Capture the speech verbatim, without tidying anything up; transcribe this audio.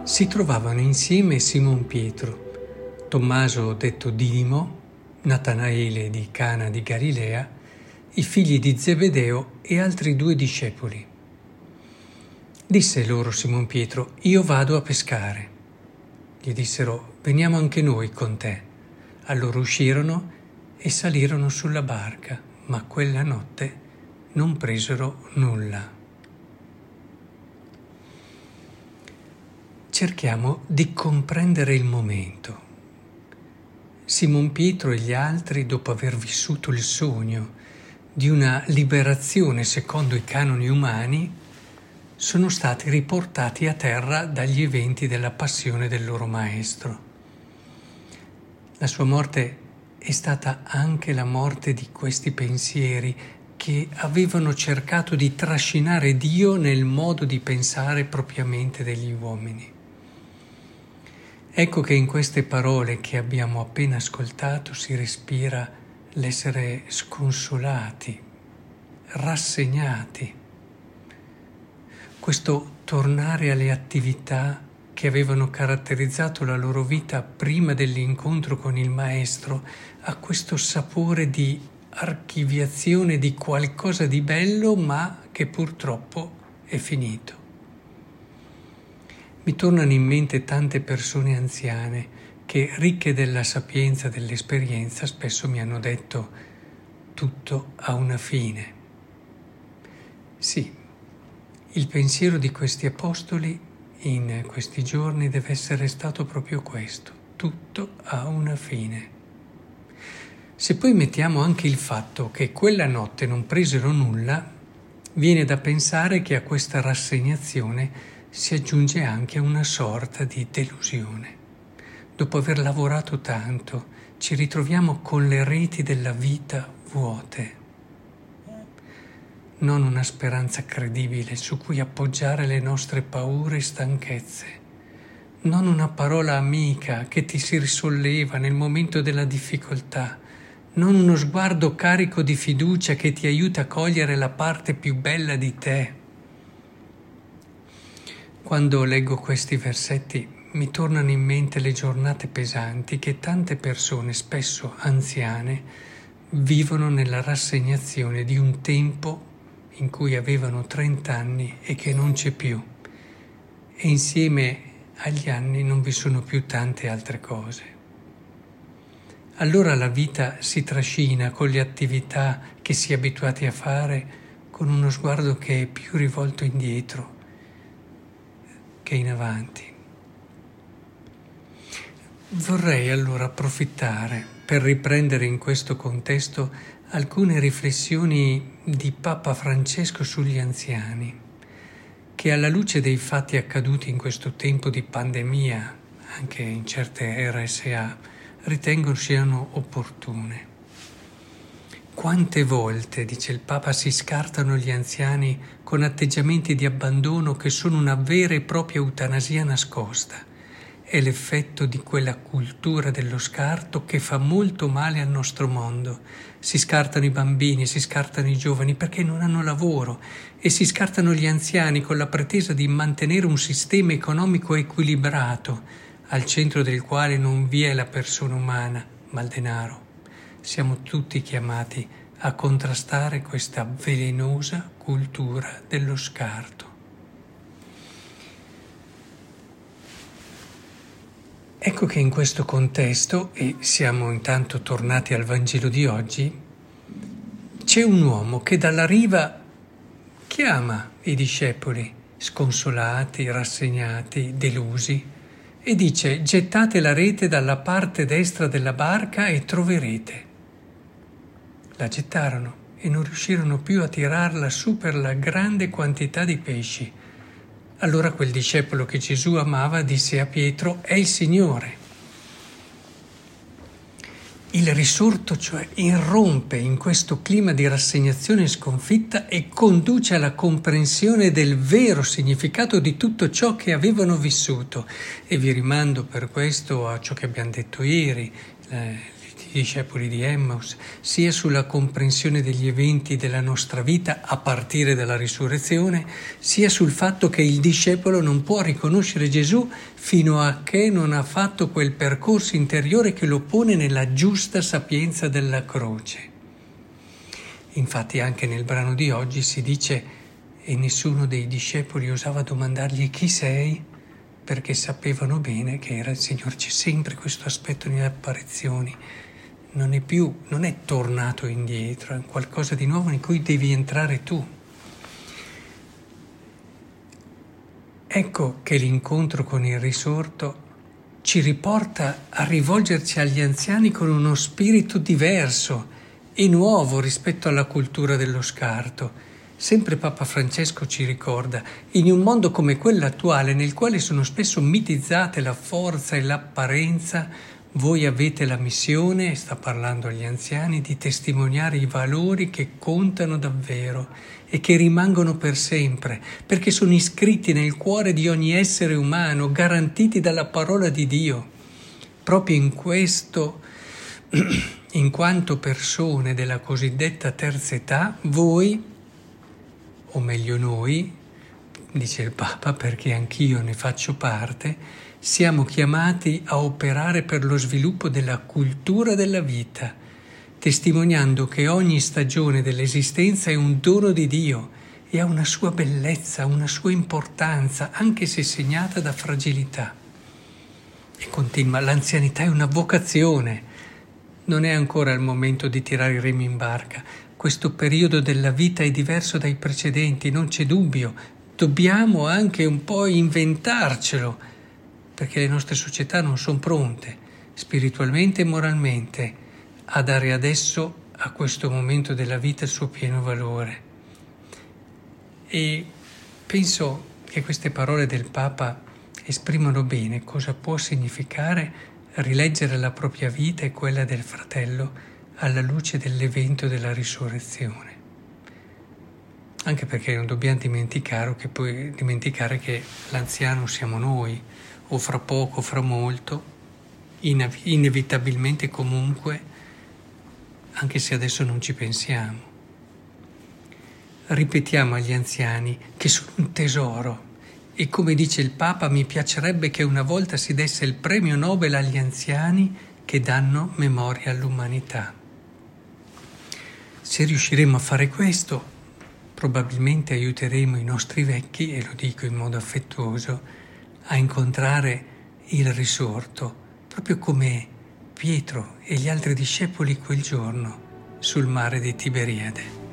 si trovavano insieme Simon Pietro, Tommaso detto Didimo, Natanaele di Cana di Galilea, i figli di Zebedeo e altri due discepoli. Disse loro Simon Pietro: «Io vado a pescare». Gli dissero: «Veniamo anche noi con te». Allora uscirono e salirono sulla barca, ma quella notte non presero nulla. Cerchiamo di comprendere il momento. Simon Pietro e gli altri, dopo aver vissuto il sogno di una liberazione secondo i canoni umani, sono stati riportati a terra dagli eventi della passione del loro maestro. La sua morte è stata anche la morte di questi pensieri che avevano cercato di trascinare Dio nel modo di pensare propriamente degli uomini. Ecco che in queste parole che abbiamo appena ascoltato si respira l'essere sconsolati, rassegnati, questo tornare alle attività che avevano caratterizzato la loro vita prima dell'incontro con il Maestro, ha questo sapore di archiviazione di qualcosa di bello, ma che purtroppo è finito. Mi tornano in mente tante persone anziane che, ricche della sapienza, dell'esperienza, spesso mi hanno detto: tutto ha una fine. Sì, il pensiero di questi apostoli in questi giorni deve essere stato proprio questo: tutto ha una fine. Se poi mettiamo anche il fatto che quella notte non presero nulla, viene da pensare che a questa rassegnazione si aggiunge anche una sorta di delusione. Dopo aver lavorato tanto, ci ritroviamo con le reti della vita vuote. Non una speranza credibile su cui appoggiare le nostre paure e stanchezze. Non una parola amica che ti si risolleva nel momento della difficoltà. Non uno sguardo carico di fiducia che ti aiuta a cogliere la parte più bella di te. Quando leggo questi versetti mi tornano in mente le giornate pesanti che tante persone, spesso anziane, vivono nella rassegnazione di un tempo in cui avevano trent'anni e che non c'è più. E insieme agli anni non vi sono più tante altre cose. Allora la vita si trascina con le attività che si è abituati a fare, con uno sguardo che è più rivolto indietro che in avanti. Vorrei allora approfittare per riprendere in questo contesto alcune riflessioni di Papa Francesco sugli anziani, che alla luce dei fatti accaduti in questo tempo di pandemia, anche in certe R S A, ritengo siano opportune. Quante volte, dice il Papa, si scartano gli anziani con atteggiamenti di abbandono che sono una vera e propria eutanasia nascosta. È l'effetto di quella cultura dello scarto che fa molto male al nostro mondo. Si scartano i bambini, si scartano i giovani perché non hanno lavoro e si scartano gli anziani con la pretesa di mantenere un sistema economico equilibrato, al centro del quale non vi è la persona umana, ma il denaro. Siamo tutti chiamati a contrastare questa velenosa cultura dello scarto. Ecco che in questo contesto, e siamo intanto tornati al Vangelo di oggi, c'è un uomo che dalla riva chiama i discepoli, sconsolati, rassegnati, delusi, e dice: gettate la rete dalla parte destra della barca e troverete. La gettarono e non riuscirono più a tirarla su per la grande quantità di pesci. Allora quel discepolo che Gesù amava disse a Pietro: è il Signore. Il risorto, cioè, irrompe in questo clima di rassegnazione e sconfitta e conduce alla comprensione del vero significato di tutto ciò che avevano vissuto. E vi rimando per questo a ciò che abbiamo detto ieri, eh, discepoli di Emmaus, sia sulla comprensione degli eventi della nostra vita a partire dalla risurrezione, sia sul fatto che il discepolo non può riconoscere Gesù fino a che non ha fatto quel percorso interiore che lo pone nella giusta sapienza della croce. Infatti anche nel brano di oggi si dice: e nessuno dei discepoli osava domandargli chi sei, perché sapevano bene che era il Signore. C'è sempre questo aspetto nelle apparizioni, non è più, non è tornato indietro, è qualcosa di nuovo in cui devi entrare tu. Ecco che l'incontro con il risorto ci riporta a rivolgerci agli anziani con uno spirito diverso e nuovo rispetto alla cultura dello scarto. Sempre Papa Francesco ci ricorda, in un mondo come quello attuale, nel quale sono spesso mitizzate la forza e l'apparenza, voi avete la missione, sta parlando agli anziani, di testimoniare i valori che contano davvero e che rimangono per sempre, perché sono iscritti nel cuore di ogni essere umano, garantiti dalla parola di Dio. Proprio in questo, in quanto persone della cosiddetta terza età, voi, o meglio noi, dice il Papa, perché anch'io ne faccio parte, siamo chiamati a operare per lo sviluppo della cultura della vita, testimoniando che ogni stagione dell'esistenza è un dono di Dio e ha una sua bellezza, una sua importanza, anche se segnata da fragilità. E continua, l'anzianità è una vocazione, non è ancora il momento di tirare i remi in barca. Questo periodo della vita è diverso dai precedenti, non c'è dubbio. Dobbiamo anche un po' inventarcelo, perché le nostre società non sono pronte, spiritualmente e moralmente, a dare adesso a questo momento della vita il suo pieno valore. E penso che queste parole del Papa esprimono bene cosa può significare rileggere la propria vita e quella del fratello alla luce dell'evento della risurrezione. Anche perché non dobbiamo dimenticare che, poi, dimenticare che l'anziano siamo noi, o fra poco, o fra molto, inev- inevitabilmente comunque, anche se adesso non ci pensiamo. Ripetiamo agli anziani che sono un tesoro e, come dice il Papa, mi piacerebbe che una volta si desse il premio Nobel agli anziani che danno memoria all'umanità. Se riusciremo a fare questo, probabilmente aiuteremo i nostri vecchi, e lo dico in modo affettuoso, a incontrare il risorto, proprio come Pietro e gli altri discepoli quel giorno sul mare di Tiberiade.